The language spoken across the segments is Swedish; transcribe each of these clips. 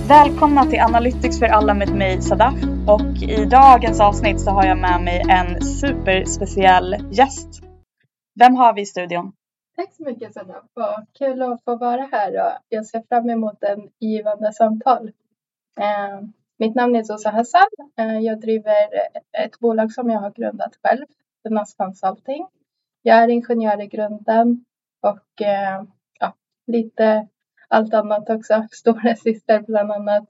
Välkomna till Analytics för alla med mig Sadaf, och i dagens avsnitt så har jag med mig en superspeciell gäst. Vem har vi i studion? Tack så mycket Sadaf, vad kul att få vara här och jag ser fram emot en givande samtal. Mitt namn är Zosa Hassan, jag driver ett bolag som jag har grundat själv, NAS Consulting. Jag är ingenjör i grunden och lite allt annat också, stora syster bland annat.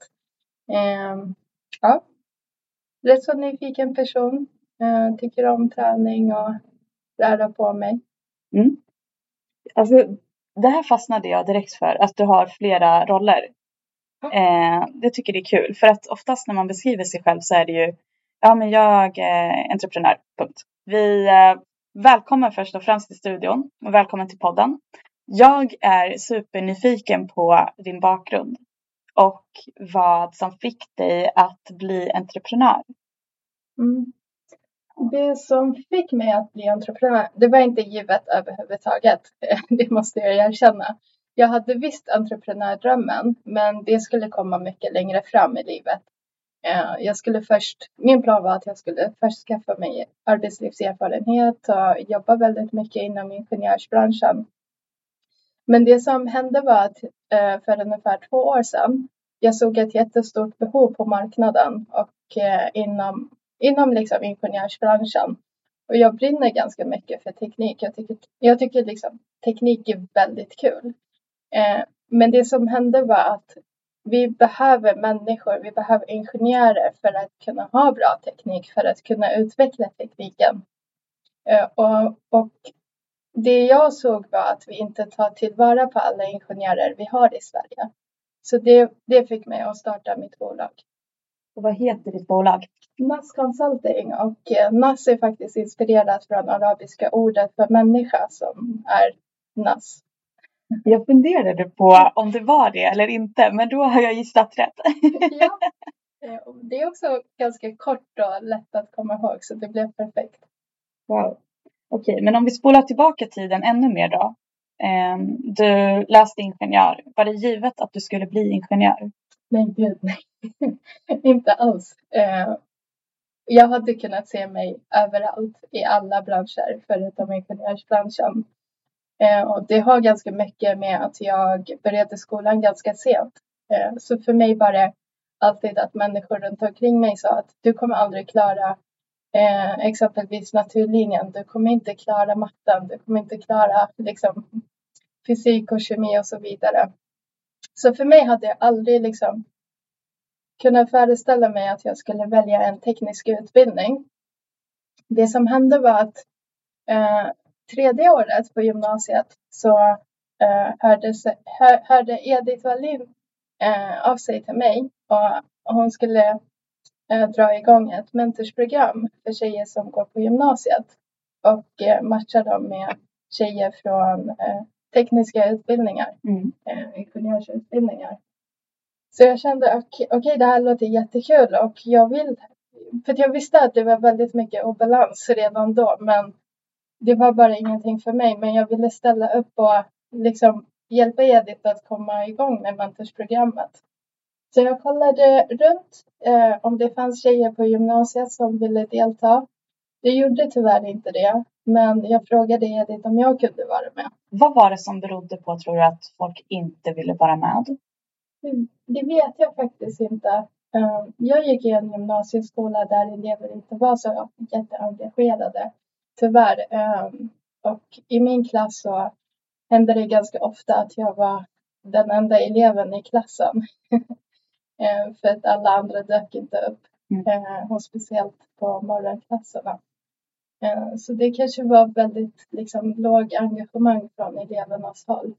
Rätt så nyfiken person, tycker om träning och röra på mig. Alltså, det här fastnade jag direkt för, att du har flera roller. Det tycker det är kul, för att oftast när man beskriver sig själv så är det ju, men jag är entreprenör, punkt. Vi välkommen först och främst till studion och välkommen till podden. Jag är supernyfiken på din bakgrund och vad som fick dig att bli entreprenör. Det som fick mig att bli entreprenör, det var inte givet överhuvudtaget. Det måste jag erkänna. Jag hade visst entreprenördrömmen, men det skulle komma mycket längre fram i livet. Min plan var att jag skulle först skaffa mig arbetslivserfarenhet och jobba väldigt mycket inom ingenjörsbranschen. Men det som hände var att för ungefär 2 år sedan, jag såg ett jättestort behov på marknaden och inom liksom ingenjörsbranschen. Och jag brinner ganska mycket för teknik. Jag tycker liksom teknik är väldigt kul. Men det som hände var att vi behöver människor, vi behöver ingenjörer för att kunna ha bra teknik, för att kunna utveckla tekniken. Och det jag såg var att vi inte tar tillvara på alla ingenjörer vi har i Sverige. Så det fick mig att starta mitt bolag. Och vad heter ditt bolag? NAS Consulting, och NAS är faktiskt inspirerat från arabiska ordet för människa som är NAS. Jag funderade på om det var det eller inte, men då har jag gissat rätt. Ja, det är också ganska kort och lätt att komma ihåg, så det blev perfekt. Wow. Okej, men om vi spolar tillbaka tiden ännu mer då. Du läste ingenjör. Var det givet att du skulle bli ingenjör? Nej, gud, nej. Inte alls. Jag hade kunnat se mig överallt i alla branscher förutom ingenjörsbranschen. Och det har ganska mycket med att jag började skolan ganska sent. Så för mig var det alltid att människor runt omkring mig sa att du kommer aldrig klara exempelvis naturlinjen. Du kommer inte klara matten. Du kommer inte klara liksom, fysik och kemi och så vidare. Så för mig hade jag aldrig liksom kunnat föreställa mig att jag skulle välja en teknisk utbildning. Det som hände var att 3:e året på gymnasiet så hörde Edith Wallin av sig till mig. Och hon skulle dra igång ett mentorsprogram för tjejer som går på gymnasiet. Och matcha dem med tjejer från tekniska utbildningar, ingenjörsutbildningar. Så jag kände okej, det här låter jättekul och för jag visste att det var väldigt mycket obalans redan då, men det var bara ingenting för mig. Men jag ville ställa upp och liksom hjälpa Edith att komma igång med mentorsprogrammet. Så jag kollade runt om det fanns tjejer på gymnasiet som ville delta. Det gjorde tyvärr inte det, men jag frågade Edith om jag kunde vara med. Vad var det som berodde på, tror du, att folk inte ville vara med? Det vet jag faktiskt inte. Jag gick i en gymnasieskola där elever inte var så jätteengagerade, tyvärr. Och i min klass så hände det ganska ofta att jag var den enda eleven i klassen. För att alla andra dök inte upp. Och speciellt på morgonklasserna. Så det kanske var väldigt liksom, låg engagemang från elevernas håll.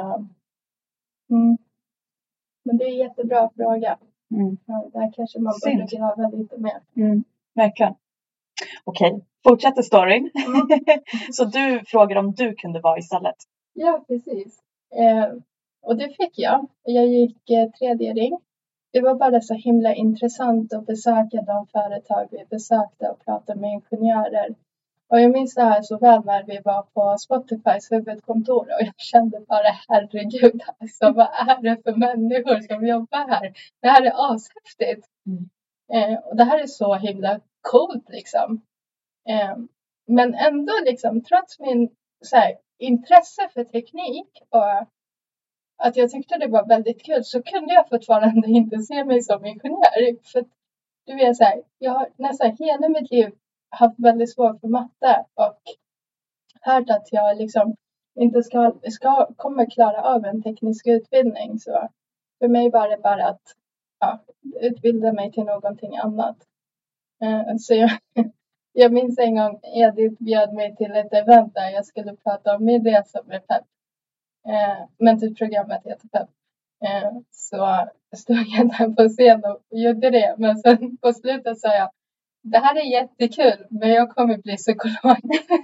Men det är en jättebra fråga. Där kanske man borde gräva lite mer. Verkligen. Okej, fortsätter storyn. Så du frågar om du kunde vara istället? Ja, precis. Och det fick jag. Jag gick 3:e ring. Det var bara så himla intressant att besöka de företag vi besökte och prata med ingenjörer. Och jag minns det här så väl när vi var på Spotifys huvudkontor och jag kände bara herregud, alltså vad är det för människor som jobbar här? Det här är ashäftigt. Och det här är så himla coolt liksom. Men ändå liksom trots min så här, intresse för teknik och att jag tyckte det var väldigt kul så kunde jag fortfarande inte se mig som ingenjör. För du vet så här, jag har nästan hela mitt liv haft väldigt svårt för matte och hört att jag liksom inte kommer klara av en teknisk utbildning. Så för mig var det bara att utbilda mig till någonting annat. Så jag minns en gång Edith bjöd mig till ett event där jag skulle prata om min resa med PEP. Mentorprogrammet heter PEP. Så stod jag där på scen och gjorde det. Men sen på slutet sa jag, det här är jättekul, men jag kommer bli psykolog.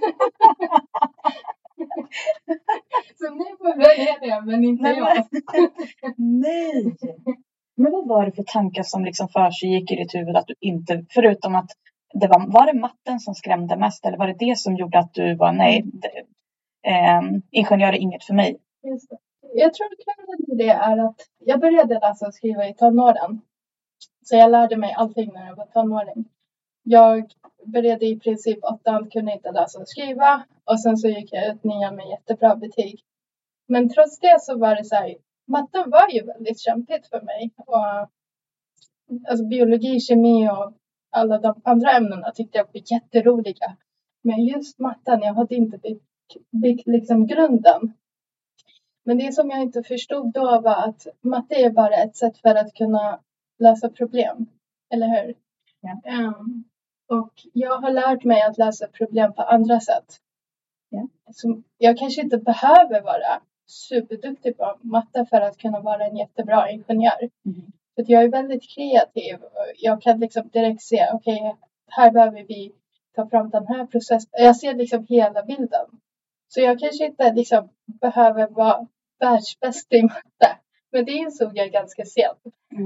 Så ni får välja det, men inte jag. Nej! Men vad var det för tankar som liksom för sig gick i ditt huvud att du inte, förutom att det var det matten som skrämde mest eller var det som gjorde att du var nej, ingenjör är inget för mig? Just det. Jag tror att till det är att jag började läsa och skriva i tonåren. Så jag lärde mig allting när jag var tonåring. Jag började i princip 8, kunde inte läsa och skriva. Och sen så gick jag ut 9 med jättebra betyg. Men trots det så var det så här, matten var ju väldigt kämpigt för mig. Och, alltså biologi, kemi och alla de andra ämnena tyckte jag var jätteroliga. Men just matten, jag hade inte byggt liksom grunden. Men det som jag inte förstod då var att matte är bara ett sätt för att kunna lösa problem. Eller hur? Ja. Och jag har lärt mig att lösa problem på andra sätt. Ja. Så jag kanske inte behöver vara superduktig på matte för att kunna vara en jättebra ingenjör. För jag är väldigt kreativ. Jag kan liksom direkt se, okej, här behöver vi ta fram den här processen. Jag ser liksom hela bilden. Så jag kanske inte liksom behöver vara världsbäst i matte. Men det insåg jag ganska sent.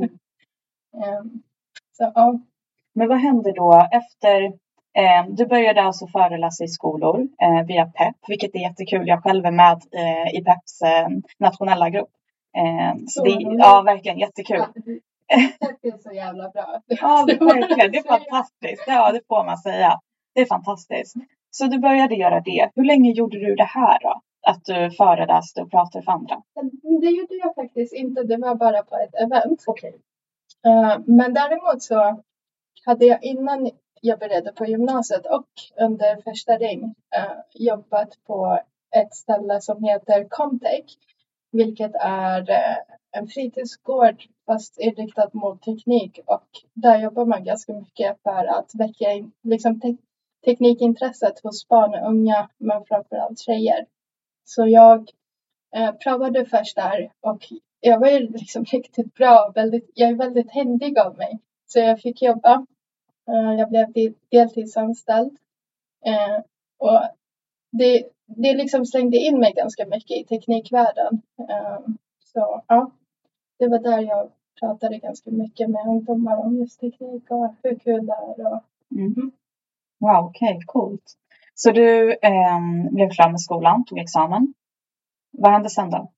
Så ja. Men vad hände då efter? Du började alltså föreläsa i skolor via PEP, vilket är jättekul. Jag själv är med i PEPs nationella grupp. Så det är verkligen jättekul. Det är så jävla bra. Ja, verkligen. Det är fantastiskt. Ja, det får man säga. Det är fantastiskt. Så du började göra det. Hur länge gjorde du det här då? Att du föreläste och pratade för andra? Det gjorde jag faktiskt inte. Det var bara på ett event. Okej. Men däremot så hade jag innan jag började på gymnasiet och under första ring jobbat på ett ställe som heter Comtech. Vilket är en fritidsgård fast inriktad mot teknik. Och där jobbar man ganska mycket för att väcka liksom teknikintresset hos barn och unga, men framförallt tjejer. Så jag provade först där och jag var ju liksom riktigt bra. Jag är väldigt händig av mig. Så jag fick jobba. Jag blev deltidsanställd. Och det liksom slängde in mig ganska mycket i teknikvärlden. Så ja, det var där jag pratade ganska mycket med ungdomar om just teknik och hur kul det är. Wow, okej, coolt. Så du blev klar med skolan, tog examen. Vad hände sen då?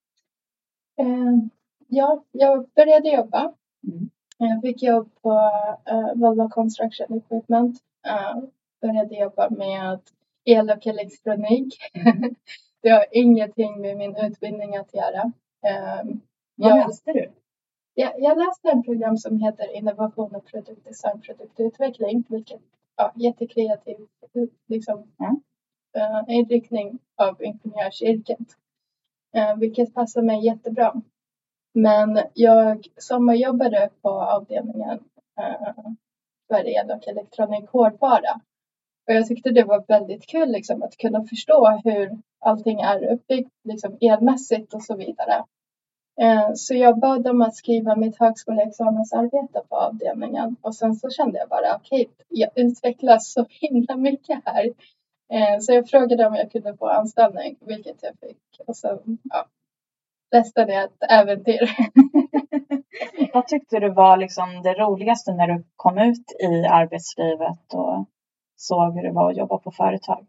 Ja, jag började jobba. Jag fick jobb på Volvo Construction Equipment. Började jobba med el och elektronik. Det har ingenting med min utbildning att göra. Vad läste du? Jag läste en program som heter Innovation och produktdesign, produktutveckling. Vilket jättekreativ liksom, inriktning av ingenjörsyrket. Vilket passar mig jättebra. Men jag sommarjobbade på avdelningen för el och elektronik hårdvara. Och jag tyckte det var väldigt kul liksom, att kunna förstå hur allting är uppbyggt liksom, elmässigt och så vidare. Så jag bad dem att skriva mitt högskoleexamensarbete på avdelningen. Och sen så kände jag bara, okej, jag utvecklas så himla mycket här. Så jag frågade om jag kunde få anställning, vilket jag fick. Och sen, resten är ett äventyr. Vad tyckte du var liksom det roligaste när du kom ut i arbetslivet? Och såg hur det var att jobba på företag?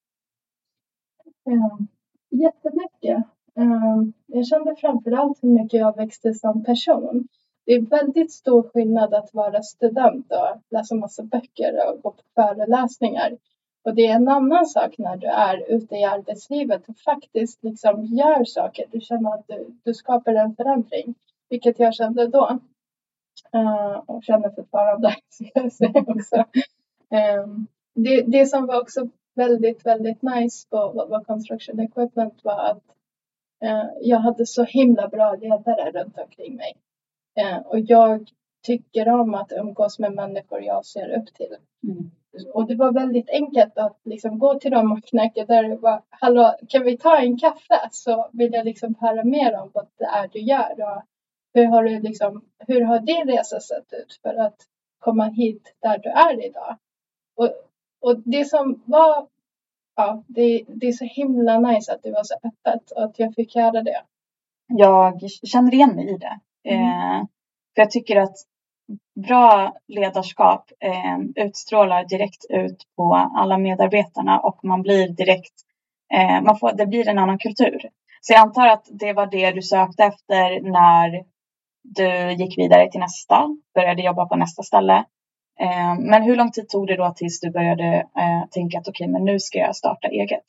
Jättemycket. Jag kände framförallt hur mycket jag växte som person. Det är väldigt stor skillnad att vara student och läsa massa böcker och gå på föreläsningar. Och det är en annan sak när du är ute i arbetslivet och faktiskt liksom gör saker. Du känner att du skapar en förändring. Vilket jag kände då. Och känner fortfarande, ska jag säga också. Det som var också väldigt, väldigt nice på Volvo Construction Equipment var att jag hade så himla bra ledare runt omkring mig. Och jag tycker om att umgås med människor jag ser upp till. Och det var väldigt enkelt att liksom gå till dem och knäcka där och bara, hallå, kan vi ta en kaffe? Så vill jag liksom höra mer om vad det är du gör. Och hur har din resa sett ut för att komma hit där du är idag? Och det som var, det är så himla nice att det var så öppet och att jag fick göra det. Jag känner igen mig i det. För jag tycker att bra ledarskap utstrålar direkt ut på alla medarbetarna och man blir direkt, det blir en annan kultur. Så jag antar att det var det du sökte efter när du gick vidare till nästa, började jobba på nästa ställe. Men hur lång tid tog det då tills du började tänka att okej, men nu ska jag starta eget?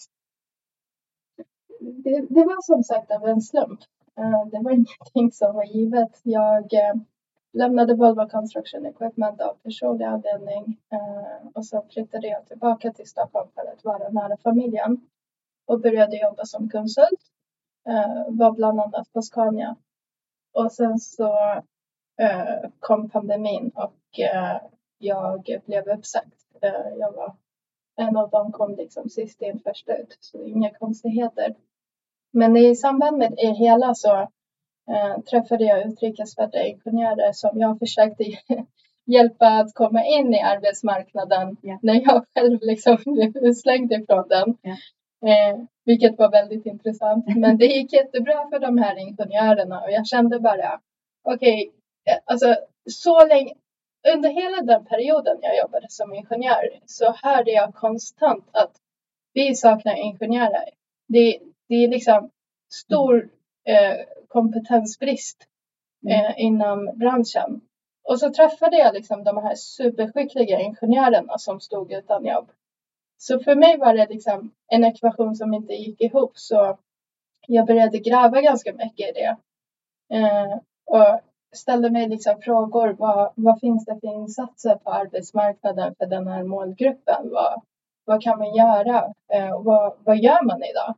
Det var som sagt av en slump. Det var ingenting som var givet. Jag lämnade Volvo Construction Equipment av personlig anledning. Och så flyttade jag tillbaka till Stockholm för att vara nära familjen. Och började jobba som konsult. Var bland annat på Scania. Och sen så kom pandemin och jag blev uppsagd. Jag var en av dem, kom liksom sist in först ut. Så inga konstigheter. Men i samband med det hela så träffade jag utrikesfödda ingenjörer som jag försökte hjälpa att komma in i arbetsmarknaden när jag själv liksom blev slängd ifrån den. Vilket var väldigt intressant. Men det gick jättebra för de här ingenjörerna och jag kände bara alltså så länge, under hela den perioden jag jobbade som ingenjör så hörde jag konstant att vi saknar ingenjörer. Det är liksom stor kompetensbrist inom branschen. Och så träffade jag liksom de här superskickliga ingenjörerna som stod utan jobb. Så för mig var det liksom en ekvation som inte gick ihop. Så jag började gräva ganska mycket i det. Och ställde mig liksom frågor. Vad finns det för insatser på arbetsmarknaden för den här målgruppen? Vad kan man göra? Vad gör man idag?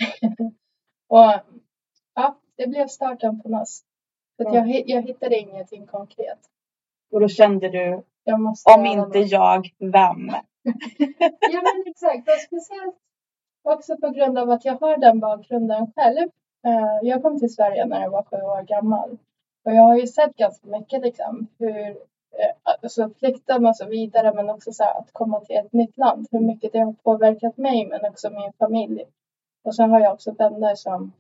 Och det blev starten på NAS. För jag hittade ingenting konkret. Och då kände du, om inte jag, vem? Ja men exakt. Och speciellt också på grund av att jag har den bakgrunden själv. Jag kom till Sverige när jag var 7 år gammal. Och jag har ju sett ganska mycket liksom hur alltså flykten och så vidare. Men också så här, att komma till ett nytt land. Hur mycket det har påverkat mig men också min familj. Och så har jag också vänner som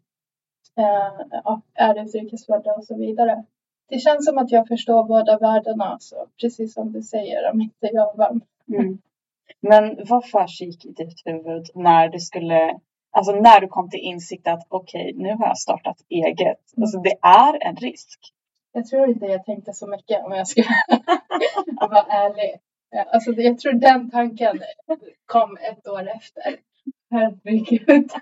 är utrikesfödda och så vidare. Det känns som att jag förstår båda världarna. Så precis som du säger, om inte jag vann. Men vad försiggick i ditt huvud när du kom till insikt att okej, nu har jag startat eget. Alltså det är en risk. Jag tror inte jag tänkte så mycket om jag ska vara ärlig. Alltså jag tror den tanken kom 1 år efter. Herregud.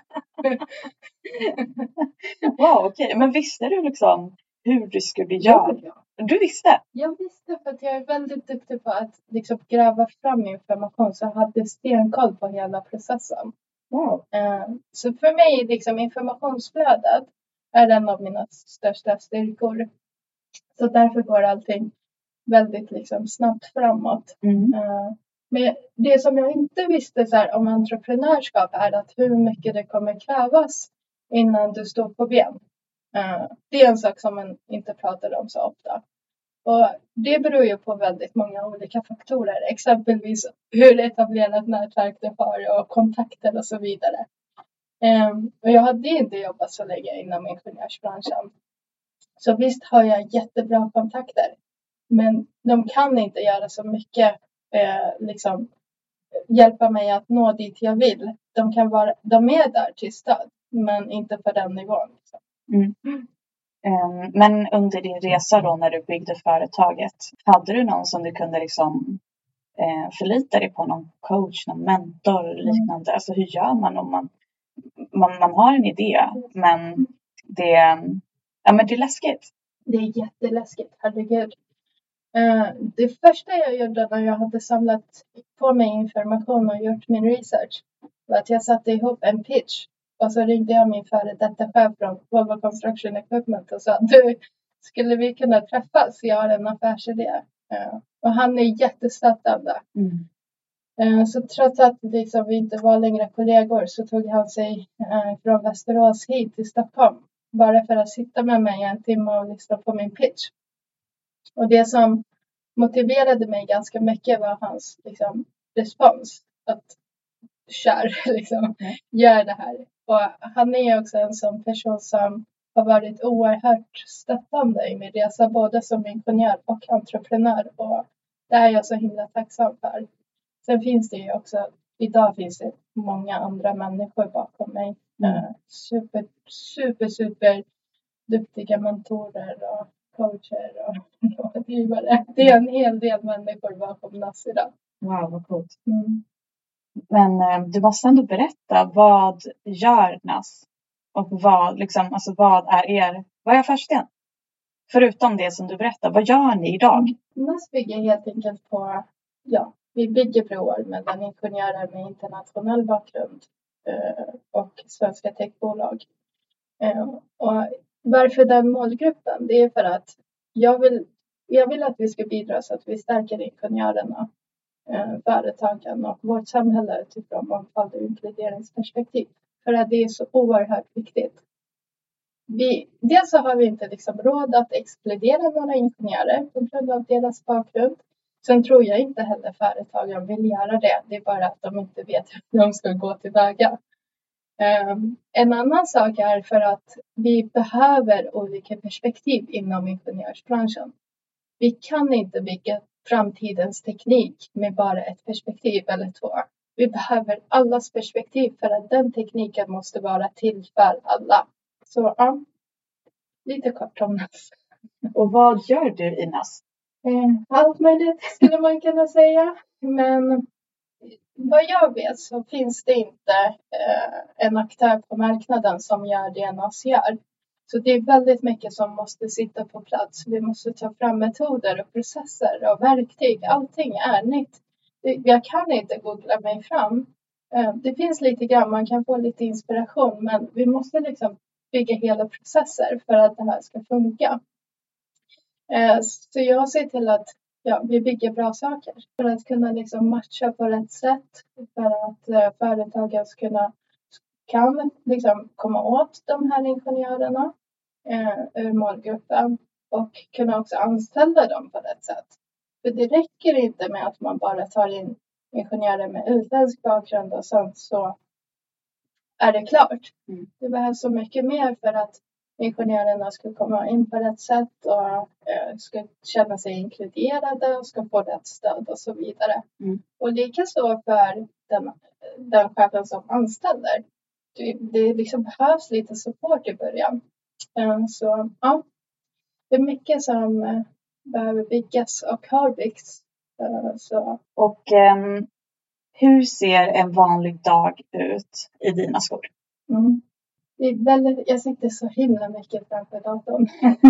Wow, okej. Men visste du liksom hur du skulle göra? Ja. Du visste? Jag visste för att jag är väldigt duktig på att liksom gräva fram information. Så jag hade stenkoll på hela processen. Wow. Så för mig liksom informationsflödet är en av mina största styrkor. Så därför går allting väldigt liksom snabbt framåt. Men det som jag inte visste så här, om entreprenörskap är att hur mycket det kommer krävas innan du står på ben. Det är en sak som man inte pratar om så ofta. Och det beror ju på väldigt många olika faktorer. Exempelvis hur etablerat nätverk du har och kontakter och så vidare. Och jag hade inte jobbat så länge inom ingenjörsbranschen. Så visst har jag jättebra kontakter. Men de kan inte göra så mycket liksom hjälpa mig att nå dit jag vill. De är där till stöd, men inte på den nivån. Liksom. Men under din resa då när du byggde företaget, hade du någon som du kunde liksom förlita dig på, någon coach, någon mentor liknande? Alltså hur gör man om man har en idé, men det är läskigt. Det är jätteläskigt, herregud. Det första jag gjorde när jag hade samlat på mig information och gjort min research var att jag satte ihop en pitch. Och så ringde jag min före detta chef från Volvo Construction Equipment och sa att skulle vi kunna träffas? Jag har en affärsidé. Och han är jättestöttande. Så trots att liksom vi inte var längre kollegor så tog han sig från Västerås hit till Stockholm. Bara för att sitta med mig en timme och lyssna på min pitch. Och det som motiverade mig ganska mycket var hans liksom, respons. Att kör, liksom, gör det här. Och han är också en sån person som har varit oerhört stöttande i min resa. Både som ingenjör och entreprenör. Och det är jag så himla tacksam för. Sen finns det ju också, idag finns det många andra människor bakom mig. Super duktiga mentorer och coacher och rådgivare. Det är en hel del människor bakom NAS idag. Wow, vad coolt. Men du måste ändå berätta, vad gör NAS? Och vad är affärsidén? Förutom det som du berättar, vad gör ni idag? NAS bygger helt enkelt på, vi bygger broar mellan ingenjörer med internationell bakgrund och svenska techbolag. Och varför den målgruppen? Det är för att jag vill att vi ska bidra så att vi stärker ingenjörerna, företagen och vårt samhälle utifrån mångfald och inkluderingsperspektiv. För att det är så oerhört viktigt. Dels så har vi inte liksom råd att exkludera några ingenjörer på grund av deras bakgrund. Sen tror jag inte heller företagen vill göra det. Det är bara att de inte vet hur de ska gå tillväga. En annan sak är för att vi behöver olika perspektiv inom ingenjörsbranschen. Vi kan inte bygga framtidens teknik med bara ett perspektiv eller två. Vi behöver allas perspektiv för att den tekniken måste vara till för alla. Så lite kort om NAS. Och vad gör du i NAS? Allt möjligt skulle man kunna säga. Men vad jag vet så finns det inte en aktör på marknaden som gör det NAS gör. Så det är väldigt mycket som måste sitta på plats. Vi måste ta fram metoder och processer och verktyg. Allting är nytt. Jag kan inte googla mig fram. Det finns lite grann, man kan få lite inspiration. Men vi måste liksom bygga hela processer för att det här ska funka. Så jag ser till att vi bygger bra saker. För att kunna liksom matcha på rätt sätt. För att företagen kan liksom komma åt de här ingenjörerna ur målgruppen. Och kunna också anställa dem på rätt sätt. För det räcker inte med att man bara tar in ingenjörer med utländsk bakgrund och sånt så är det klart. Det behövs så mycket mer för att ingenjörerna ska komma in på rätt sätt och ska känna sig inkluderade och ska få rätt stöd och så vidare. Och likaså för den chefen som anställer. Det liksom behövs lite support i början. Så det är mycket som behöver byggas och har byggts. Och hur ser en vanlig dag ut i dina skor? Det är jag sitter så himla mycket framför datorn.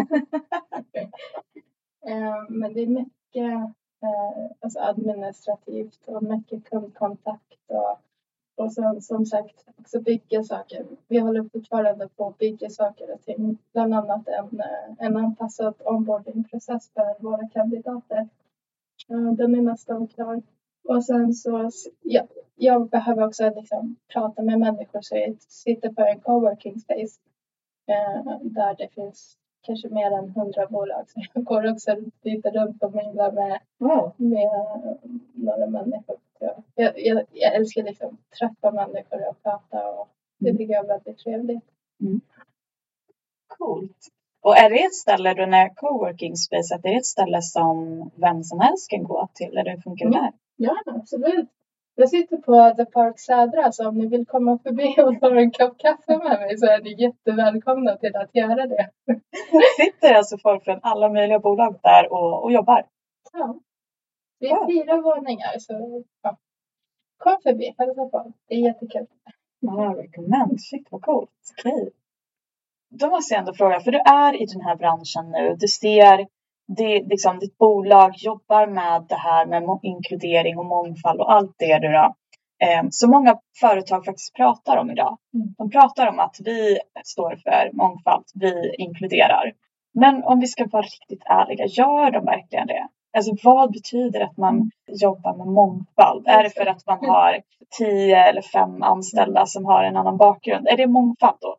Men det är mycket administrativt och mycket kundkontakt. Och som sagt också bygga saker. Vi håller fortfarande på att bygga saker och ting. Bland annat en anpassad onboardingprocess för våra kandidater. Den är nästan klar. Och sen så, jag behöver också liksom prata med människor så jag sitter på en coworking space. Där det finns kanske mer än 100 bolag. Så jag går också lite runt och minglar med några människor. Jag älskar liksom träffa människor och prata och det tycker jag är väldigt trevligt. Coolt. Och är det ett ställe då när coworking space, att det är ett ställe som vem som helst kan gå till eller hur funkar det där? Ja, absolut. Jag sitter på The Park Södra, så om ni vill komma förbi och ta en kopp kaffe med mig så är ni jättevälkomna till att göra det. Sitter alltså folk från alla möjliga bolag där och jobbar? Ja. Det är 4 våningar, så ja. Kom förbi, hälsa på. Det är jättekul. Ja, recommend. Shit, vad coolt. Okej. Då måste jag ändå fråga, för du är i den här branschen nu. Du ser, liksom, ditt bolag jobbar med det här med inkludering och mångfald och allt det du då. Så många företag faktiskt pratar om idag. De pratar om att vi står för mångfald, vi inkluderar. Men om vi ska vara riktigt ärliga, gör de verkligen det? Alltså vad betyder att man jobbar med mångfald? Är det för att man har 10 eller 5 anställda som har en annan bakgrund? Är det mångfald då?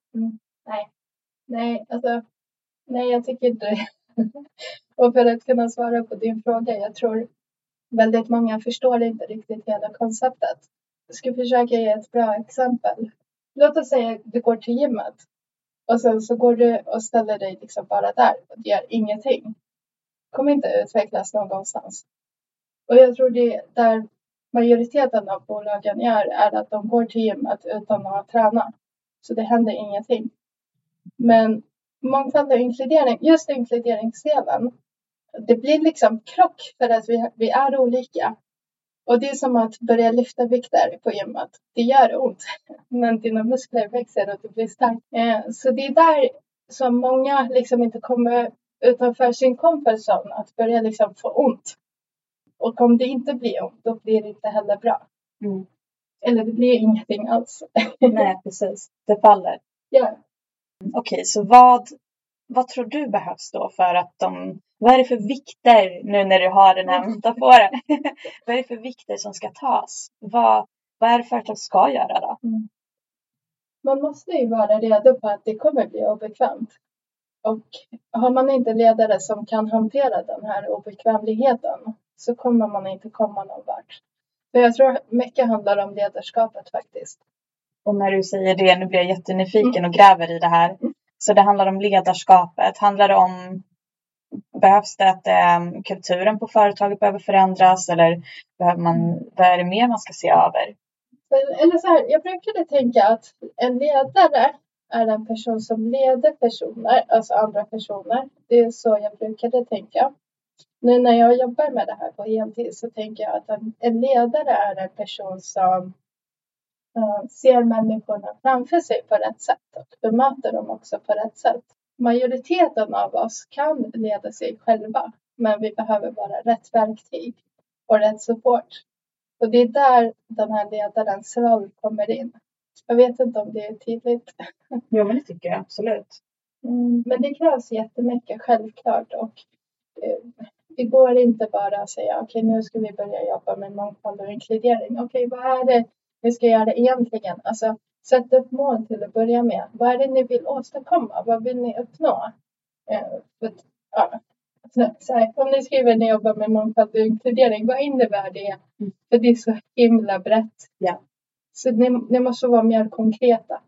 Nej, jag tycker inte det. Och för att kunna svara på din fråga, jag tror väldigt många förstår inte riktigt hela konceptet. Jag ska försöka ge ett bra exempel. Låt oss säga att du går till gymmet. Och sen så går du och ställer dig liksom bara där och gör ingenting. Kommer inte utvecklas någonstans. Och jag tror det där majoriteten av bolagen gör är att de går till gymmet utan att träna. Så det händer ingenting. Men mångfald och inkludering, just inkluderingsdelen, det blir liksom krock för att vi är olika. Och det är som att börja lyfta vikter på gymmet. Det gör ont, men dina muskler växer och du blir stark. Så det är där som många liksom inte kommer utanför sin comfort zone att börja liksom få ont. Och om det inte blir ont, då blir det inte heller bra. Eller det blir ingenting alls. Nej, precis. Det faller. Ja. Okej, så vad tror du behövs då för att vad är det för vikter nu när du har den här metaforen? Vad är det för vikter som ska tas? Vad är det företag ska göra då? Man måste ju vara redo på att det kommer bli obekvämt. Och har man inte ledare som kan hantera den här obekvämligheten så kommer man inte komma någon vart. För jag tror mycket handlar om ledarskapet faktiskt. Och när du säger det, nu blir jag jättenyfiken och gräver i det här. Så det handlar om ledarskapet. Handlar det om, behövs det att kulturen på företaget behöver förändras? Eller vad är det mer man ska se över? Eller så här, jag brukade tänka att en ledare är en person som leder personer, alltså andra personer. Det är så jag brukade tänka. Nu när jag jobbar med det här på heltid så tänker jag att en ledare är en person som ser människorna framför sig på rätt sätt och bemöter dem också på rätt sätt. Majoriteten av oss kan leda sig själva, men vi behöver bara rätt verktyg och rätt support. Och det är där den här ledarens roll kommer in. Jag vet inte om det är tydligt. Jo, men det tycker jag absolut. Men det krävs jättemycket, självklart. Och det går inte bara att säga okej, nu ska vi börja jobba med mångfald och inkludering. Okej, vad är det vi ska göra egentligen? Alltså, sätt upp mål till att börja med. Vad är det ni vill åstadkomma? Vad vill ni uppnå? Så här, om ni skriver att ni jobbar med mångfald och inkludering, vad innebär det? För det är så himla brett. Ja. Så ni måste vara mer konkreta.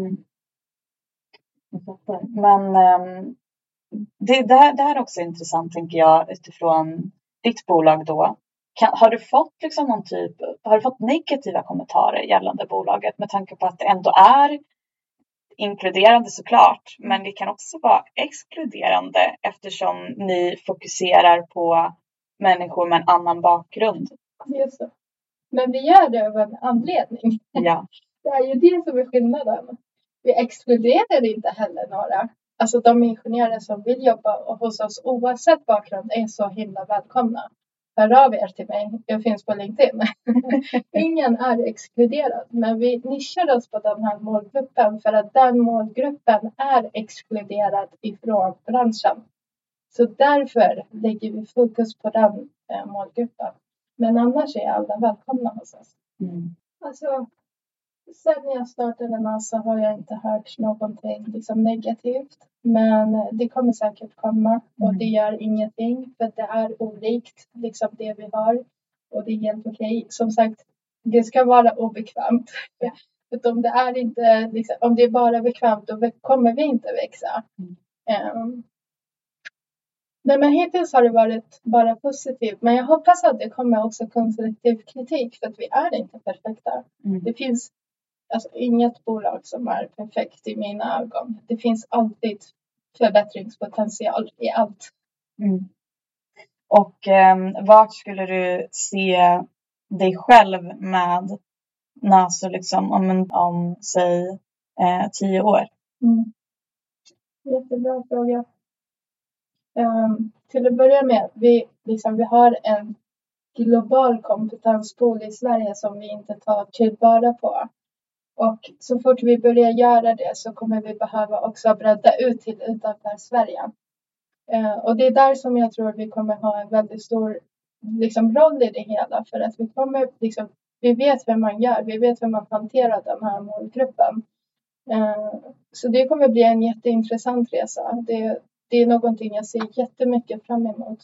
Men det här är också intressant, tänker jag, utifrån ditt bolag då. Har du fått liksom har du fått negativa kommentarer gällande bolaget med tanke på att det ändå är inkluderande såklart, men det kan också vara exkluderande eftersom ni fokuserar på människor med en annan bakgrund. Just det. Men vi gör det av en anledning. Ja. Det är ju det som är skillnaden. Vi exkluderar inte heller några. Alltså de ingenjörer som vill jobba hos oss oavsett bakgrund är så himla välkomna. Hör av er till mig. Jag finns på LinkedIn. Ingen är exkluderad. Men vi nischar oss på den här målgruppen. För att den målgruppen är exkluderad ifrån branschen. Så därför lägger vi fokus på den målgruppen. Men annars är alla välkomna hos oss. Alltså, sen jag startade NASA har jag inte hört någonting liksom negativt. Men det kommer säkert komma. Och det gör ingenting. För det är olikt liksom det vi har. Och det är helt okej. Som sagt, det ska vara obekvämt. För om det är inte, liksom, om det är bara bekvämt, då kommer vi inte växa. Nej, men hittills har det varit bara positivt. Men jag hoppas att det kommer också konstruktiv kritik. För att vi är inte perfekta. Det finns alltså inget bolag som är perfekt i mina ögon. Det finns alltid förbättringspotential i allt. Och vart skulle du se dig själv med Naso liksom om säg 10 år? Jättebra fråga. Till att börja med, vi har en global kompetenspool i Sverige som vi inte tar tillvara på. Och så fort vi börjar göra det så kommer vi behöva också bredda ut till utanför Sverige. Och det är där som jag tror vi kommer ha en väldigt stor roll i det hela. För att vi kommer vi vet vem man gör, vi vet hur man hanterar den här målgruppen. Så det kommer bli en jätteintressant resa. Det är någonting jag ser jättemycket fram emot.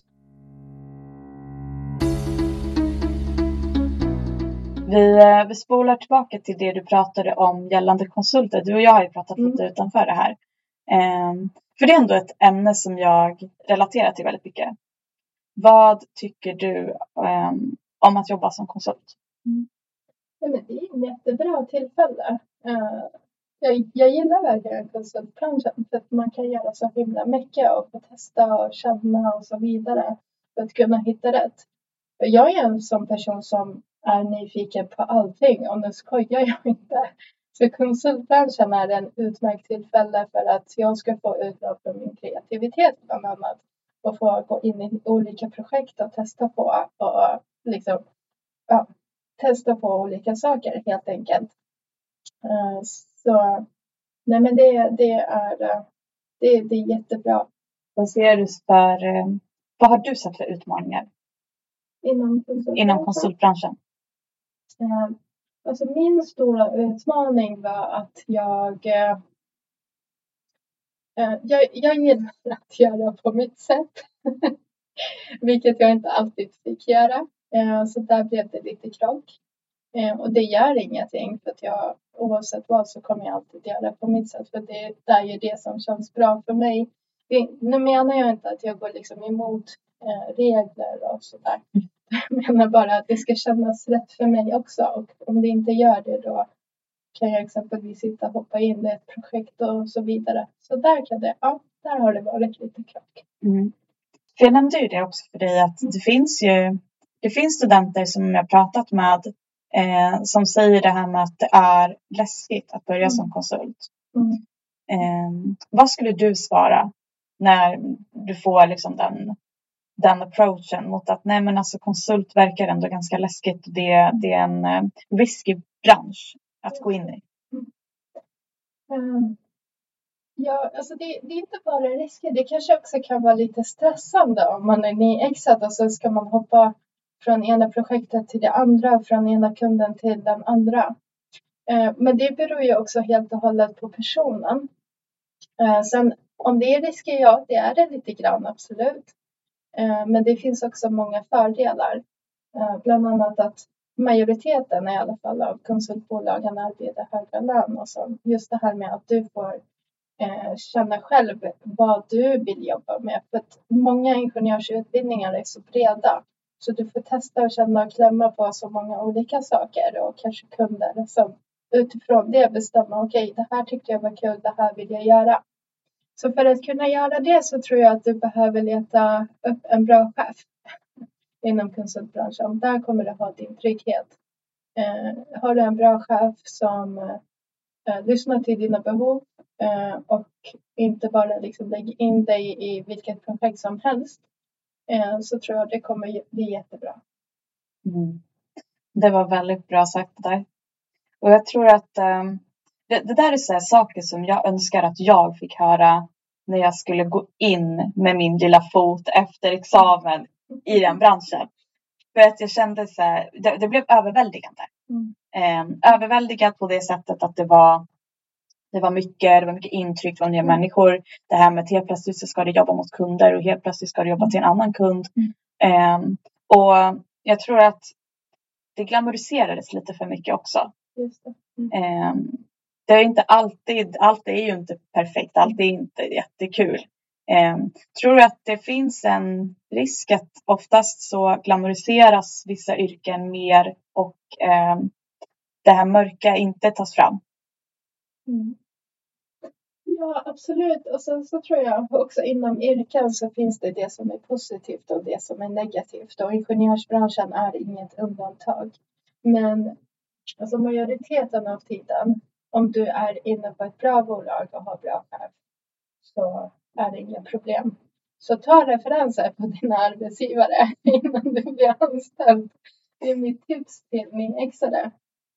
Vi spolar tillbaka till det du pratade om gällande konsulter. Du och jag har ju pratat lite utanför det här. För det är ändå ett ämne som jag relaterar till väldigt mycket. Vad tycker du om att jobba som konsult? Ja, men det är en jättebra tillfälle. Jag gillar verkligen konsultbranschen för att man kan göra så himla mycket och få testa och känna och så vidare för att kunna hitta rätt. Jag är en sån person som är nyfiken på allting och nu skojar jag inte. Så konsultbranschen är en utmärkt tillfälle för att jag ska få utlopp för min kreativitet bland annat. Och få gå in i olika projekt och testa på och testa på olika saker helt enkelt. Så nej, men det är jättebra. Vad ser du vad har du sett för utmaningar inom konsultbranschen? Alltså min stora utmaning var att jag gillar att göra på mitt sätt. Vilket jag inte alltid fick göra. Så där blev det lite krock. Och det gör ingenting för att jag oavsett vad så kommer jag alltid göra på mitt sätt. För det är ju det som känns bra för mig. Nu menar jag inte att jag går emot regler och sådär. Jag menar bara att det ska kännas rätt för mig också. Och om det inte gör det då kan jag exempelvis sitta och hoppa in i ett projekt och så vidare. Så där har det varit lite krock. För jag nämnde ju det också för dig att det finns studenter som jag pratat med som säger det här med att det är läskigt att börja som konsult. Vad skulle du svara när du får den approachen mot att nej men alltså konsult verkar ändå ganska läskigt. Det är en risky bransch att gå in i. Ja, alltså det är inte bara risker. Det kanske också kan vara lite stressande om man är nyexad och så ska man hoppa från ena projektet till det andra, från ena kunden till den andra. Men det beror ju också helt och hållet på personen. Sen om det är risker, ja, det är det lite grann, absolut. Men det finns också många fördelar. Bland annat att majoriteten i alla fall av konsultbolagen erbjuder högre lön. Och så just det här med att du får känna själv vad du vill jobba med. För att många ingenjörsutbildningar är så breda. Så du får testa och känna och klämma på så många olika saker. Och kanske kunder som utifrån det bestämma. Okej, det här tyckte jag var kul, det här vill jag göra. Så för att kunna göra det så tror jag att du behöver leta upp en bra chef inom konsultbranschen. Där kommer du ha din trygghet. Har du en bra chef som lyssnar till dina behov och inte bara lägger in dig i vilket projekt som helst, så tror jag det kommer bli jättebra. Det var väldigt bra sagt där. Och jag tror att det där är så här saker som jag önskar att jag fick höra när jag skulle gå in med min lilla fot efter examen i den branschen. För att jag kände så här, det blev överväldigande. Överväldigad på det sättet att det var mycket intryck från nya människor. Det här med att helt plötsligt så ska du jobba mot kunder och helt plötsligt ska du jobba till en annan kund. Och jag tror att det glamoriserades lite för mycket också. Just det. Det är inte alltid, allt är ju inte perfekt, allt är inte jättekul. Tror du att det finns en risk att oftast så glamoriseras vissa yrken mer och det här mörka inte tas fram? Ja, absolut. Och sen så tror jag också inom yrken så finns det som är positivt och det som är negativt. Och ingenjörsbranschen är inget undantag. Men alltså majoriteten av tiden, om du är inne på ett bra bolag och har bra chef, så är det inga problem. Så ta referenser på dina arbetsgivare innan du blir anställd. Det är mitt tips till min exare.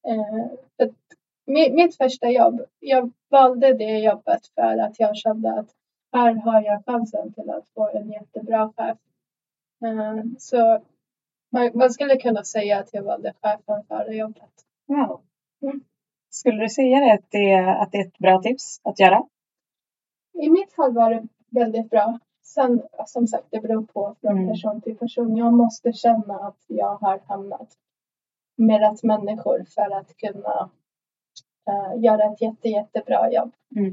Mitt första jobb, jag valde det jobbet för att jag kände att här har jag chansen till att få en jättebra chef. Så man skulle kunna säga att jag valde chefen före jobbet. Wow. Skulle du säga det att det är ett bra tips att göra? I mitt fall var det väldigt bra. Sen, som sagt, det beror på från person till person. Jag måste känna att jag har hamnat med rätt människor för att kunna göra ett jättebra jobb.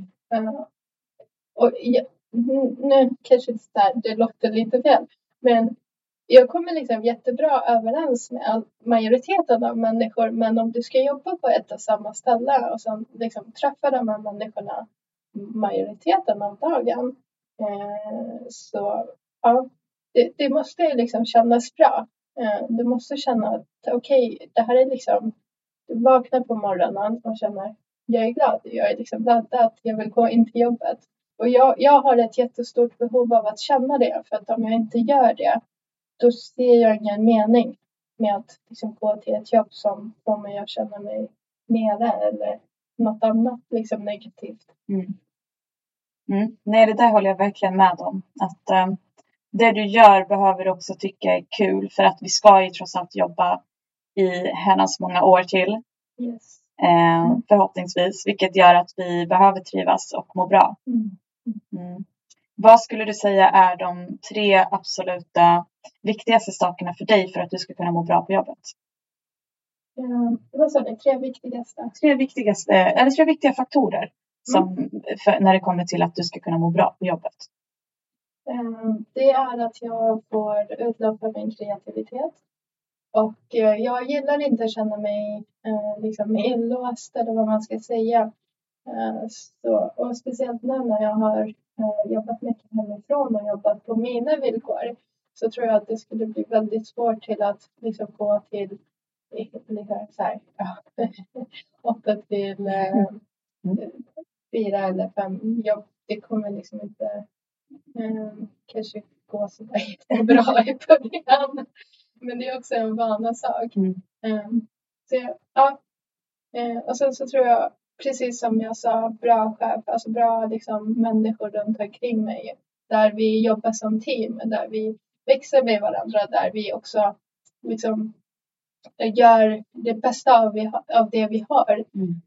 Och nu kanske det låter lite fel, men jag kommer liksom jättebra överens med majoriteten av människor. Men om du ska jobba på ett och samma ställe och sen liksom träffa de här människorna majoriteten av dagen, så ja, det måste liksom kännas bra. Du måste känna att okej, det här är liksom, du vaknar på morgonen och känner jag är glad, jag är liksom laddad, jag vill gå in till jobbet. Och jag har ett jättestort behov av att känna det, för att om jag inte gör det, då ser jag ingen mening med att liksom gå till ett jobb som får mig att känna mig nere eller något annat liksom negativt. Nej, det där håller jag verkligen med om. Att det du gör behöver du också tycka är kul, för att vi ska ju trots allt jobba i hennes många år till. Yes. Förhoppningsvis, vilket gör att vi behöver trivas och må bra. Vad skulle du säga är de 3 absoluta viktigaste sakerna för dig för att du ska kunna må bra på jobbet? Vad sa du? 3 viktigaste? 3 viktiga faktorer som, när det kommer till att du ska kunna må bra på jobbet. Det är att jag får utlopp för min kreativitet. Och jag gillar inte att känna mig liksom inlåst eller vad man ska säga. Och speciellt nu när jag har jobbat mycket hemifrån och jobbat på mina villkor, så tror jag att det skulle bli väldigt svårt till att liksom gå till liksom så här, 8 till 4 eller 5 jobb. Det kommer liksom inte kanske gå så bra i början. Men det är också en vana sak. Så ja. Och sen så tror jag, precis som jag sa, bra chef, alltså bra liksom människor runt omkring mig. Där vi jobbar som team, där vi växer med varandra, där vi också liksom gör det bästa av det vi har.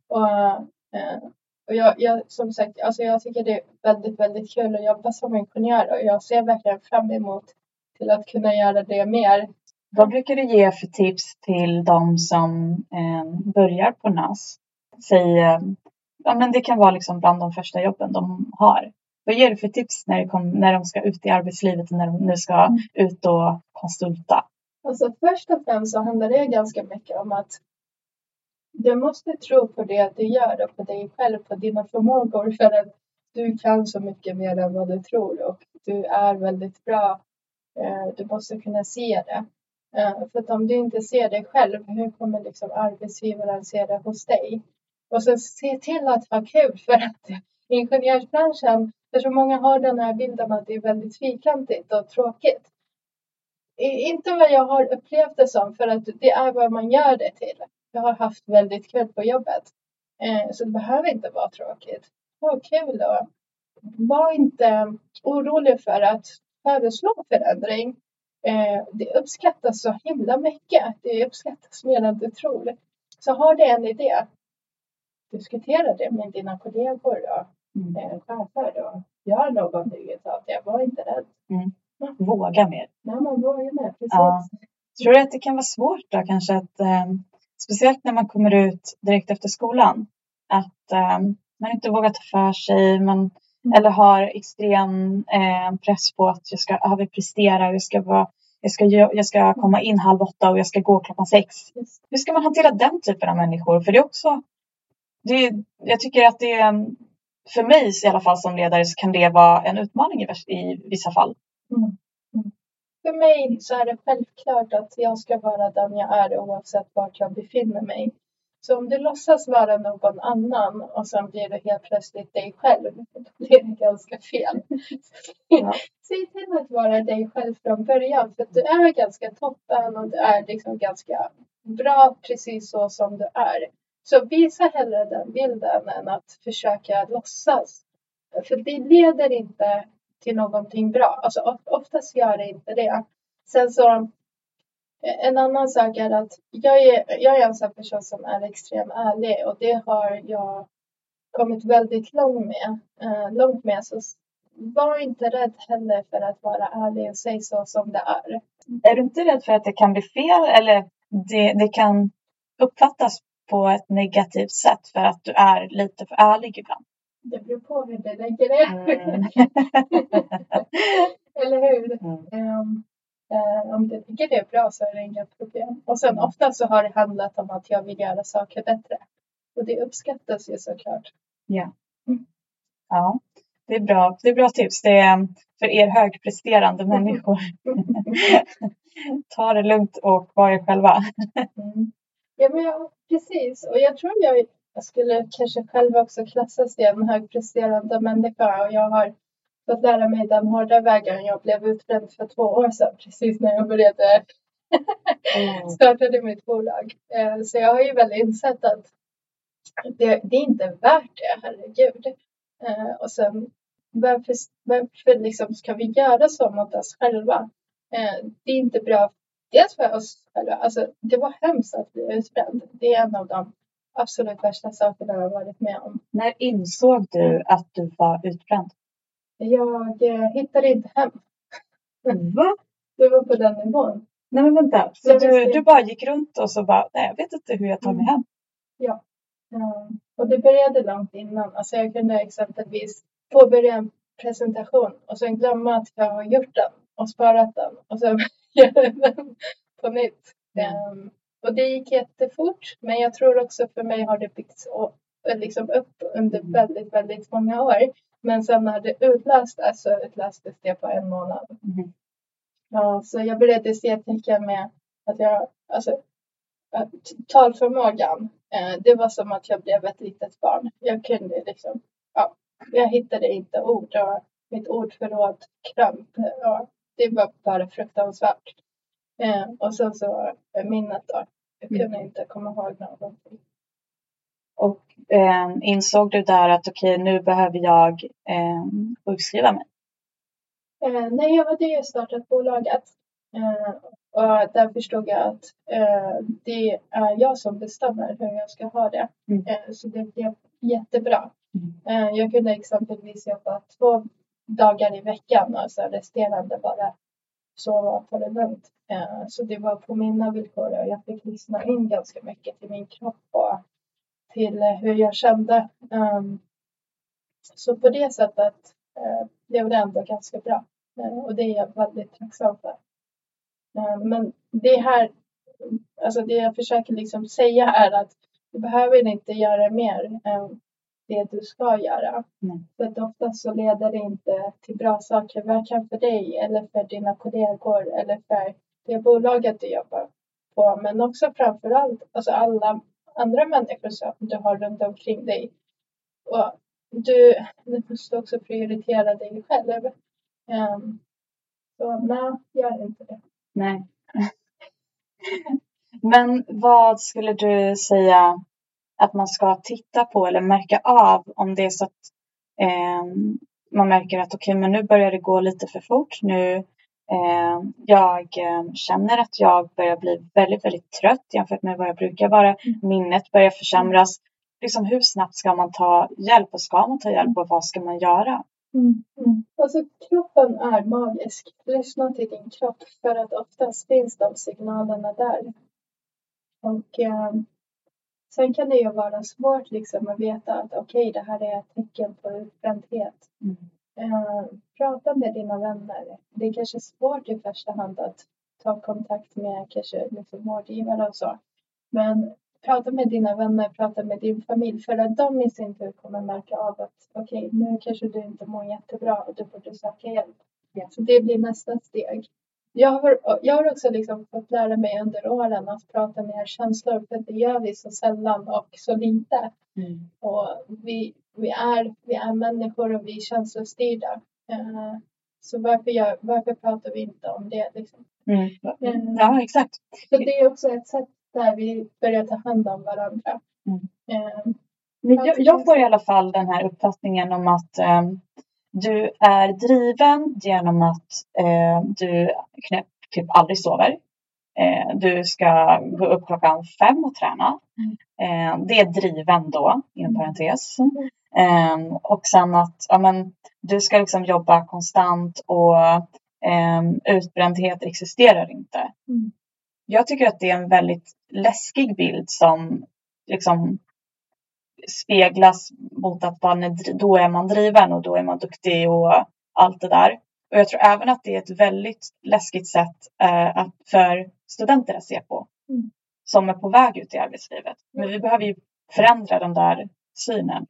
Och jag som sagt, alltså jag tycker det är väldigt, väldigt kul att jobba som ingenjör, och jag ser verkligen fram emot till att kunna göra det mer. Vad brukar du ge för tips till de som börjar på NAS? Men det kan vara liksom bland de första jobben de har. Vad ger du för tips när de ska ut i arbetslivet och när de nu ska ut och konsulta? Alltså först och främst så handlar det ganska mycket om att du måste tro på det du gör och på dig själv, på dina förmågor, för att du kan så mycket mer än vad du tror och du är väldigt bra. Du måste kunna se det. För att om du inte ser det själv, hur kommer liksom arbetsgivaren se det hos dig? Och så se till att ha kul, för att ingenjörsbranschen, för så många har den här bilden att det är väldigt fyrkantigt och tråkigt. Inte vad jag har upplevt det som, för att det är vad man gör det till. Jag har haft väldigt kul på jobbet. Så det behöver inte vara tråkigt. Ha kul och var inte orolig för att föreslå förändring. Det uppskattas så himla mycket. Det uppskattas mer än du tror. Så har du en idé, diskutera det med dina kollegor och chefer och gör någonting av det. Var inte rädd. Våga mer. Nej, man vågar mer, precis. Ja. Tror du att det kan vara svårt då kanske att speciellt när man kommer ut direkt efter skolan, att man inte vågar ta för sig, man Eller har extrem press på att jag ska överprestera. Jag ska komma in 7:30 och jag ska gå 6:00. Hur ska man hantera den typen av människor? För det är också... jag tycker att det för mig i alla fall som ledare så kan det vara en utmaning i vissa fall. För mig så är det självklart att jag ska vara den jag är oavsett vart jag befinner mig. Så om du låtsas vara någon annan och sen blir du helt plötsligt dig själv, då blir det ganska fel. Ja. Se till att vara dig själv från början, för att du är ganska toppen och du är liksom ganska bra precis så som du är. Så visa hellre den bilden än att försöka låtsas. För det leder inte till någonting bra. Alltså oftast gör det inte det. Sen så en annan sak är att jag är en sån person som är extremt ärlig. Och det har jag kommit väldigt långt med. Så var inte rädd heller för att vara ärlig och säga så som det är. Är du inte rädd för att det kan bli fel? Eller det kan uppfattas på ett negativt sätt för att du är lite för ärlig ibland? Det beror på hur det lägger det. Eller hur? Om det ligger det bra så är det inga problem. Och sen ofta så har det handlat om att jag vill göra saker bättre. Och det uppskattas ju såklart. Ja. Ja, det är bra. Det är bra tips. Det är för er högpresterande människor. Ta det lugnt och var er själva. Ja, men precis. Och jag tror jag skulle kanske själv också klassas som en högpresterande människa. Och jag har fått lära mig den hårda vägen. Jag blev utbränd för 2 år sedan. Precis när jag började startade mitt bolag. Så jag har ju väl insett att det är inte värt det, herregud. Och sen varför liksom ska vi göra så mot oss själva? Det är inte bra. Dels för oss själva. Alltså, det var hemskt att bli utbränd. Det är en av de absolut värsta sakerna jag har varit med om. När insåg du att du var utbränd? Jag hittade inte hem. Va? Det var på den nivån. Nej men vänta. Så du bara gick runt och så bara, nej jag vet inte hur jag tar mig hem. Ja. Och det började långt innan. Alltså jag kunde exempelvis påbörja en presentation och sen glömma att jag har gjort den och sparat den. Och sen göra den på nytt. Och det gick jättefort. Men jag tror också för mig har det byggts upp under väldigt, väldigt många år. Men sen när det utlöstes så utlöstes det på 1 månad. Ja, så jag började se tecken med att talförmågan. Det var som att jag blev ett litet barn. Jag kunde jag hittade inte ord och mitt ordförråd krömp. Ja, det var bara fruktansvärt. Och sen så minnet då. Jag kunde inte komma ihåg någonting. Och insåg du där att okej, nu behöver jag sjukskriva mig? Nej, jag hade ju startat bolaget. Och där förstod jag att det är jag som bestämmer hur jag ska ha det. Så det blev jättebra. Jag kunde exempelvis jobba 2 dagar i veckan och så resterande bara sova och ta det lugnt. Så det var på mina villkor och jag fick lyssna in ganska mycket till min kropp och till hur jag kände. Så på det sättet blev det ändå ganska bra. Och det är jag väldigt tacksam för. Men det här, alltså det jag försöker liksom säga är att du behöver inte göra mer än det du ska göra. För att oftast så leder det inte till bra saker, varken för dig eller för dina kollegor eller för det bolaget du jobbar på. Men också framförallt alltså alla andra människor som du har runt omkring dig. Och du måste också prioritera dig själv. Så nej, gör inte det. Nej. Men vad skulle du säga att man ska titta på eller märka av om det är så att man märker att okej, men nu börjar det gå lite för fort. Nu jag känner att jag börjar bli väldigt, väldigt trött jämfört med vad jag brukar vara. Minnet börjar försämras. Liksom, hur snabbt ska man ta hjälp och ska man ta hjälp och vad ska man göra? Alltså kroppen är magisk. Lyssna till din kropp för att oftast finns de signalerna där. Och Sen kan det ju vara svårt liksom att veta att okej, det här är ett tecken på utbrändhet. Prata med dina vänner. Det är kanske svårt i första hand att ta kontakt med kanske liksom vårdgivare och så. Men prata med dina vänner, prata med din familj. För att de i sin tur kommer märka av att okej, nu kanske du inte mår jättebra och du borde söka hjälp. Ja. Så det blir nästa steg. Jag har också liksom fått lära mig under åren att prata med känslor. För det gör vi så sällan och så lite. Och vi är människor och vi är känslostyrda. Så varför pratar vi inte om det liksom? Ja, exakt. Så det är också ett sätt där vi börjar ta hand om varandra. Men jag får i alla fall den här uppfattningen om att du är driven genom att du typ aldrig sover. Du ska gå upp 5:00 och träna. Det är driven då, i en parentes. Och sen att du ska liksom jobba konstant och utbrändhet existerar inte. Jag tycker att det är en väldigt läskig bild som liksom speglas mot att då är man driven och då är man duktig och allt det där. Och jag tror även att det är ett väldigt läskigt sätt för studenter att se på. Som är på väg ut i arbetslivet. Men vi behöver ju förändra den där synen.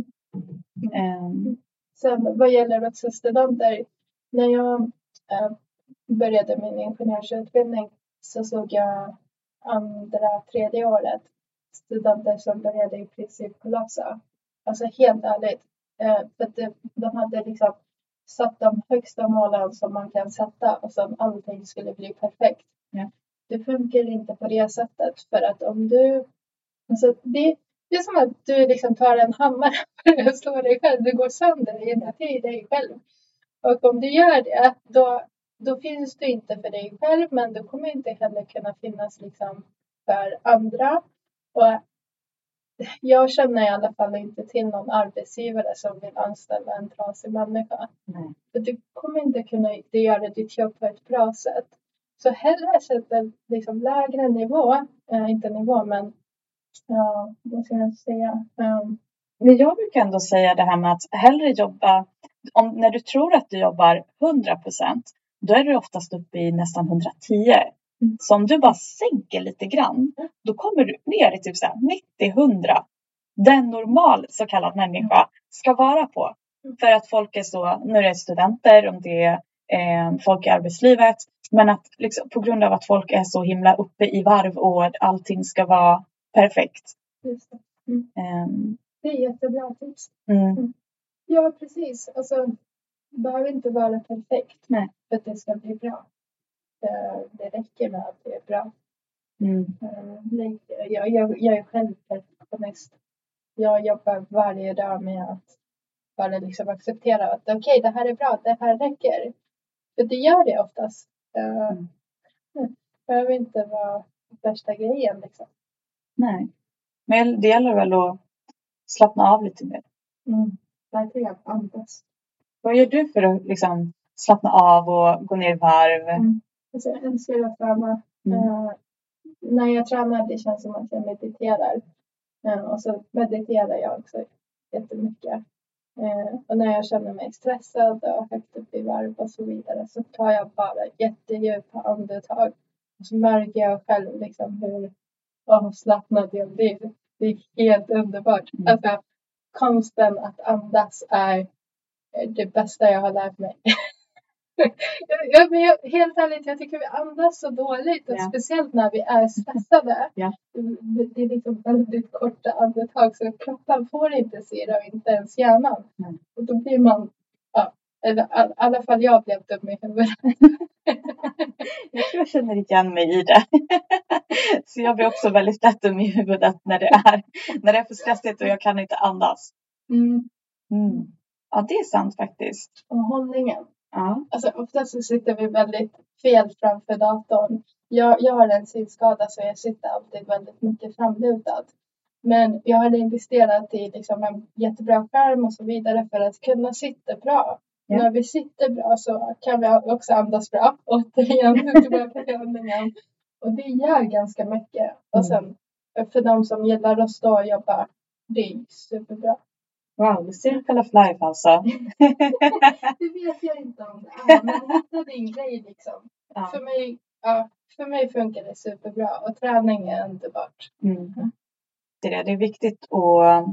Sen vad gäller också studenter. När jag började min ingenjörsutbildning så såg jag tredje året studenter som började i princip kollapsa. Alltså helt ärligt. För att de hade liksom satt de högsta målen som man kan sätta och som allting skulle bli perfekt. Det funkar inte på det sättet. För att om du... Alltså det är som att du liksom tar en hammare och slår dig själv. Du går sönder i dig själv. Och om du gör det, då finns du inte för dig själv. Men du kommer inte heller kunna finnas liksom för andra. Och jag känner i alla fall inte till någon arbetsgivare som vill anställa en trasig människa. För du kommer inte kunna göra ditt jobb på ett bra sätt. Så hellre sätta liksom lägre nivå. Inte nivå, men vad ska jag säga? Men jag brukar ändå säga det här med att hellre jobba. När du tror att du jobbar 100%. Då är du oftast uppe i nästan 110. Så om du bara sänker lite grann. Då kommer du ner i typ 90-100. Den normal så kallad människa ska vara på. För att folk är så, nu är det studenter, om det är folk i arbetslivet. Men att liksom, på grund av att folk är så himla uppe i varv och allting ska vara perfekt. Just det. Det är jättebra tips. Ja, precis. Alltså, det behöver inte vara perfekt. Nej. För att det ska bli bra. Det räcker med att det är bra. Jag är själv perfektionist. Jag jobbar varje dag med att bara liksom acceptera att okej, det här är bra, det här räcker. För det gör det oftast. Det behöver inte vara värsta grejen liksom. Nej, men det gäller väl att slappna av lite mer. Verkligen andas. Vad gör du för att liksom slappna av och gå ner i varv? Alltså, jag älskar att träna. När jag tränar, det känns som att jag mediterar. Och så mediterar jag också jättemycket. Och när jag känner mig stressad och högt upp i varv och så vidare, så tar jag bara jättedjupa andetag. Och så märker jag själv liksom hur avslappnad jag blir. Det är helt underbart. Alltså, konsten att andas är det bästa jag har lärt mig. Helt ärligt, jag tycker vi andas så dåligt. Och speciellt när vi är stressade. Det är liksom väldigt korta andetag. Så kroppen får inte se det och inte ens hjärnan. Och då blir man, eller i alla fall jag blev dum i huvudet. Jag tror jag känner igen mig i det. Så jag blir också väldigt lätt dum i huvudet när det är för stressigt och jag kan inte andas. Ja, det är sant faktiskt. Och hållningen. Ja. Alltså oftast så sitter vi väldigt fel framför datorn. Jag har en synskada så jag sitter alltid väldigt mycket framlutad. Men jag har investerat i liksom en jättebra skärm och så vidare för att kunna sitta bra. När vi sitter bra så kan vi också andas bra. Återigen tillbaka till andningen. Och det gör ganska mycket. Och sen för de som gillar att stå och jobba, det är superbra. Wow, the circle of life alltså. Det vet jag inte om det är, men hitta din grej liksom. Ja. För mig funkar det superbra och träning är underbart. Det är viktigt att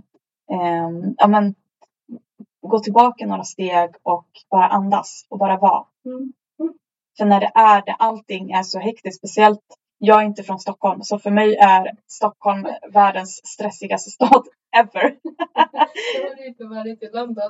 gå tillbaka några steg och bara andas och bara vara. För när allting är så hektiskt, speciellt jag är inte från Stockholm, så för mig är Stockholm världens stressigaste stad ever. Då har du inte varit i London.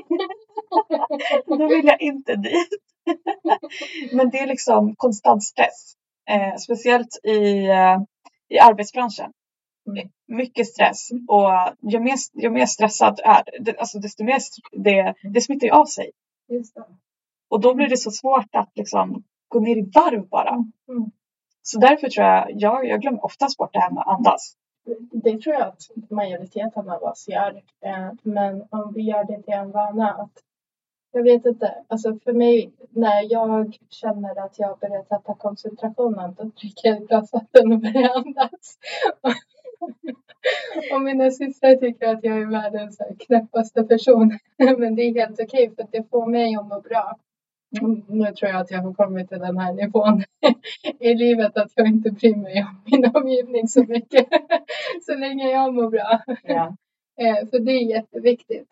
Då vill jag inte dit. Men det är liksom konstant stress. Speciellt i arbetsbranschen. Mycket stress. Och ju mer stressad desto mer det smittar ju av sig. Just det. Och då blir det så svårt att liksom gå ner i varv bara. Så därför tror jag glömmer oftast bort det här med att andas. Det tror jag att majoriteten av oss gör. Men om vi gör det till en vana att jag vet inte. Alltså för mig, när jag känner att jag börjar tappa koncentrationen, då dricker jag ett glas vatten och börjar andas. Och mina systrar tycker att jag är världens knäppaste person. Men det är helt okej, för att det får mig att må bra. Nu tror jag att jag har kommit till den här nivån i livet att jag inte bryr mig om min omgivning så mycket. Så länge jag mår bra. Ja. För det är jätteviktigt.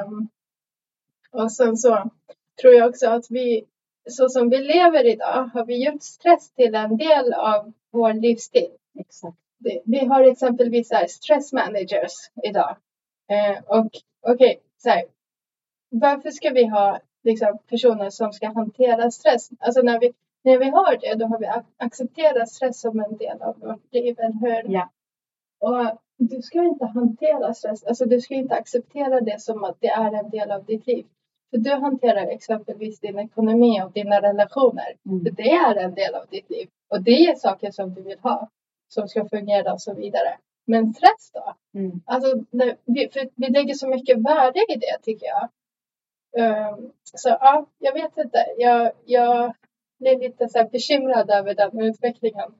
Och sen så tror jag också att vi, så som vi lever idag, har vi gjort stress till en del av vår livsstil. Exakt. Vi har exempelvis stress managers idag. Och okej, så här, varför ska vi ha liksom personer som ska hantera stress? Alltså när vi har det, då har vi accepterat stress som en del av vårt liv, eller hur? Ja. Och du ska inte hantera stress, alltså du ska inte acceptera det som att det är en del av ditt liv. För du hanterar exempelvis din ekonomi och dina relationer. För det är en del av ditt liv. Och det är saker som du vill ha, som ska fungera och så vidare. Men stress då? Alltså, vi lägger så mycket värde i det, tycker jag. Så ja, jag vet inte. Jag blir lite så här bekymrad över den utvecklingen.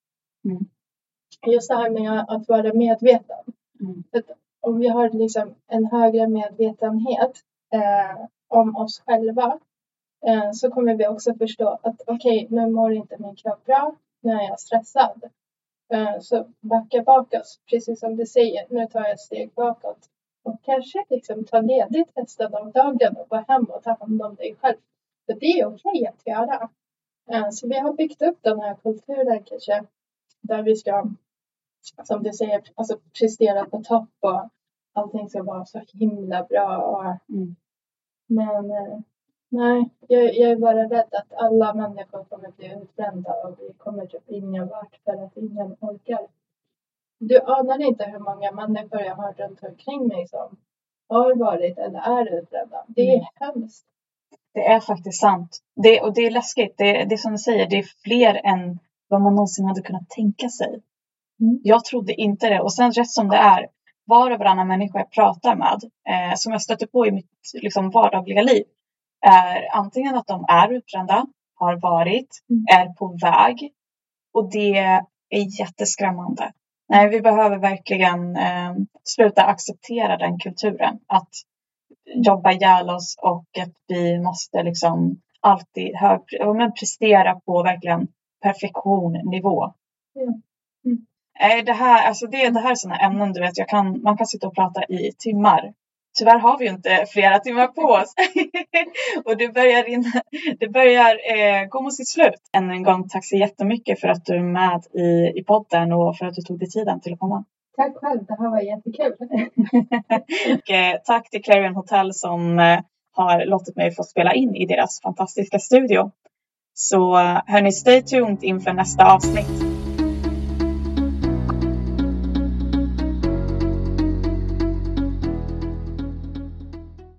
Just det här med att vara medveten. För att om vi har liksom en högre medvetenhet om oss själva, så kommer vi också förstå att okej, nu mår inte min kropp bra. Nu är jag stressad. Så backa bakåt, precis som du säger. Nu tar jag ett steg bakåt. Och kanske liksom ta ledigt resten av dagen och gå hem och ta hand om dig själv. För det är okej att göra. Så vi har byggt upp den här kulturen kanske. Där vi ska, som du säger, alltså prestera på topp. Och allting ska vara så himla bra. Men nej, jag är bara rädd att alla människor kommer bli utbrända. Och vi kommer typ ingen vart för att ingen orkar. Du anar inte hur många människor jag har runt omkring mig som har varit eller är utbrända. Det är hemskt. Det är faktiskt sant. Det är läskigt. Det är som du säger, det är fler än vad man någonsin hade kunnat tänka sig. Jag trodde inte det. Och sen rätt som det är, var och varannan människa jag pratar med, som jag stöter på i mitt liksom, vardagliga liv, är antingen att de är utbrända, har varit, är på väg. Och det är jätteskrämmande. Nej, vi behöver verkligen sluta acceptera den kulturen. Att jobba ihjäl oss och att vi måste liksom alltid prestera på verkligen perfektionnivå. Det här är sådana ämnen, du vet, man kan sitta och prata i timmar. Tyvärr har vi ju inte flera timmar på oss. Och det börjar gå mot sitt slut. Än en gång, tack så jättemycket för att du är med i podden och för att du tog dig tiden till att komma. Tack själv, det här var jättekul. Och tack till Clarion Hotel som har låtit mig få spela in i deras fantastiska studio. Så hörni, stay tuned inför nästa avsnitt.